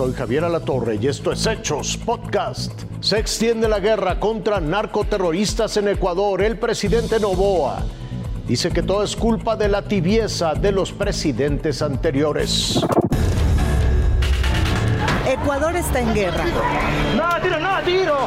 Soy Javier Alatorre y esto es Hechos Podcast. Se extiende la guerra contra narcoterroristas en Ecuador. El presidente Noboa dice que todo es culpa de la tibieza de los presidentes anteriores. Ecuador está en guerra. ¡No, tiro!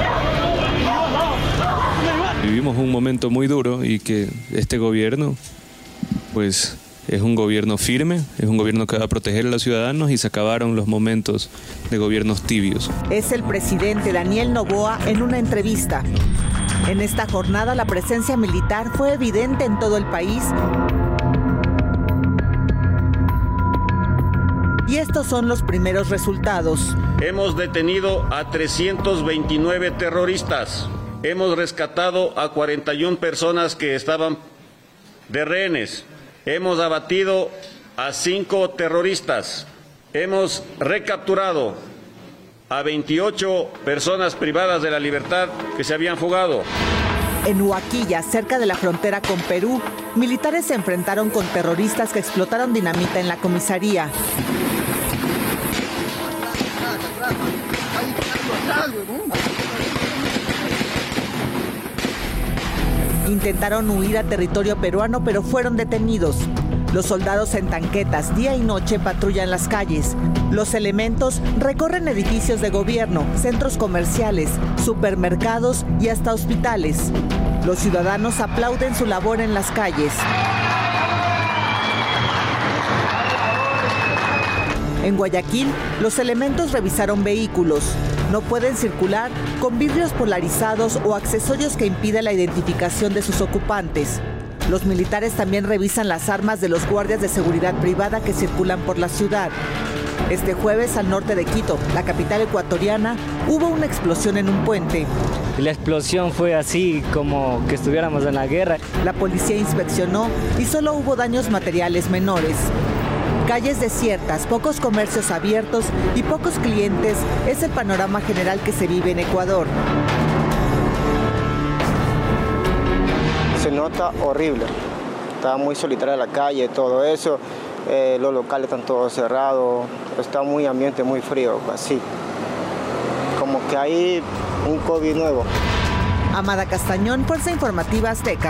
Vivimos un momento muy duro y que este gobierno, pues, es un gobierno firme, es un gobierno que va a proteger a los ciudadanos y se acabaron los momentos de gobiernos tibios. Es el presidente Daniel Noboa en una entrevista. En esta jornada la presencia militar fue evidente en todo el país. Y estos son los primeros resultados. Hemos detenido a 329 terroristas. Hemos rescatado a 41 personas que estaban de rehenes. Hemos abatido a 5 terroristas. Hemos recapturado a 28 personas privadas de la libertad que se habían fugado. En Huaquilla, cerca de la frontera con Perú, militares se enfrentaron con terroristas que explotaron dinamita en la comisaría. Intentaron huir a territorio peruano, pero fueron detenidos. Los soldados en tanquetas día y noche patrullan las calles. Los elementos recorren edificios de gobierno, centros comerciales, supermercados y hasta hospitales. Los ciudadanos aplauden su labor en las calles. En Guayaquil, los elementos revisaron vehículos. No pueden circular con vidrios polarizados o accesorios que impiden la identificación de sus ocupantes. Los militares también revisan las armas de los guardias de seguridad privada que circulan por la ciudad. Este jueves, al norte de Quito, la capital ecuatoriana, hubo una explosión en un puente. La explosión fue así como que estuviéramos en la guerra. La policía inspeccionó y solo hubo daños materiales menores. Calles desiertas, pocos comercios abiertos y pocos clientes es el panorama general que se vive en Ecuador. Se nota horrible, está muy solitaria la calle, todo eso, los locales están todos cerrados, está muy ambiente, muy frío, así, como que hay un COVID nuevo. Amada Castañón, Fuerza Informativa Azteca.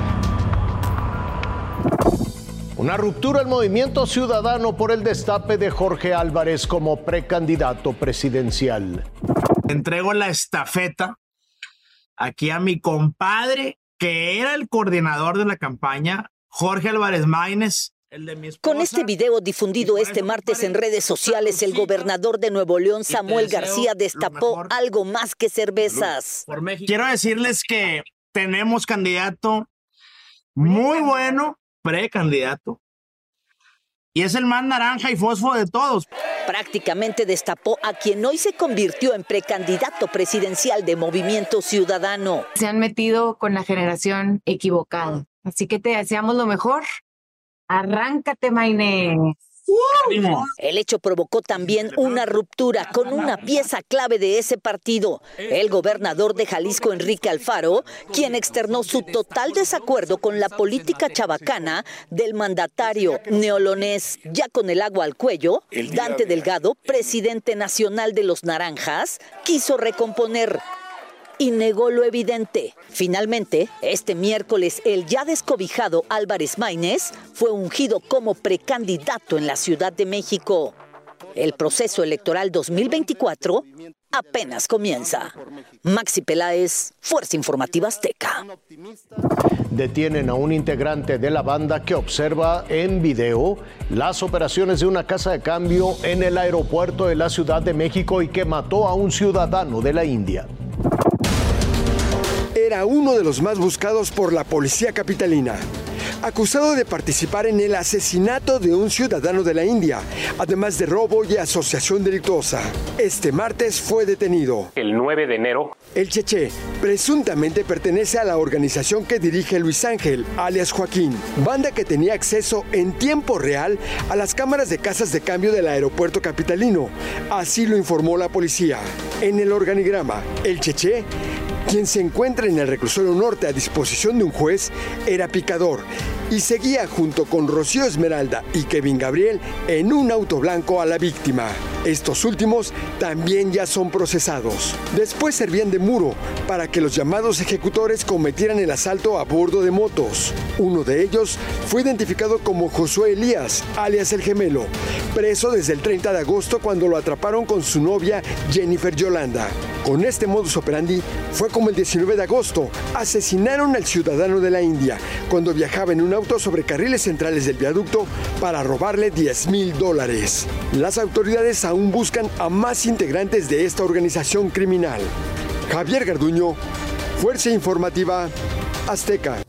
Una ruptura al movimiento ciudadano por el destape de Jorge Álvarez como precandidato presidencial. Entrego la estafeta aquí a mi compadre, que era el coordinador de la campaña, Jorge Álvarez Maínez, el de mi esposa. Con este video difundido este martes en redes sociales, el gobernador de Nuevo León, Samuel García, destapó algo más que cervezas. Quiero decirles que tenemos candidato muy bueno, precandidato, y es el más naranja y fósforo de todos. Prácticamente destapó a quien hoy se convirtió en precandidato presidencial de Movimiento Ciudadano. Se han metido con la generación equivocada, así que te deseamos lo mejor. Arráncate, Maínez. El hecho provocó también una ruptura con una pieza clave de ese partido, el gobernador de Jalisco, Enrique Alfaro, quien externó su total desacuerdo con la política chabacana del mandatario neolonés. Ya con el agua al cuello, Dante Delgado, presidente nacional de los Naranjas, quiso recomponer y negó lo evidente. Finalmente, este miércoles, el ya descobijado Álvarez Maínez fue ungido como precandidato en la Ciudad de México. El proceso electoral 2024 apenas comienza. Maxi Peláez, Fuerza Informativa Azteca. Detienen a un integrante de la banda que observa en video las operaciones de una casa de cambio en el aeropuerto de la Ciudad de México y que mató a un ciudadano de la India. Era uno de los más buscados por la policía capitalina, acusado de participar en el asesinato de un ciudadano de la India, además de robo y asociación delictuosa. Este martes fue detenido. El 9 de enero. El Cheche presuntamente pertenece a la organización que dirige Luis Ángel, alias Joaquín, banda que tenía acceso en tiempo real a las cámaras de casas de cambio del aeropuerto capitalino. Así lo informó la policía. En el organigrama, el Cheche quien se encuentra en el reclusorio norte a disposición de un juez, era picador y seguía junto con Rocío Esmeralda y Kevin Gabriel en un auto blanco a la víctima. Estos últimos también ya son procesados. Después servían de muro para que los llamados ejecutores cometieran el asalto a bordo de motos. Uno de ellos fue identificado como Josué Elías, alias El Gemelo, preso desde el 30 de agosto cuando lo atraparon con su novia Jennifer Yolanda. Con este modus operandi fue como el 19 de agosto asesinaron al ciudadano de la India cuando viajaba en un auto sobre carriles centrales del viaducto para robarle $10,000. Las autoridades aún buscan a más integrantes de esta organización criminal. Javier Garduño, Fuerza Informativa Azteca.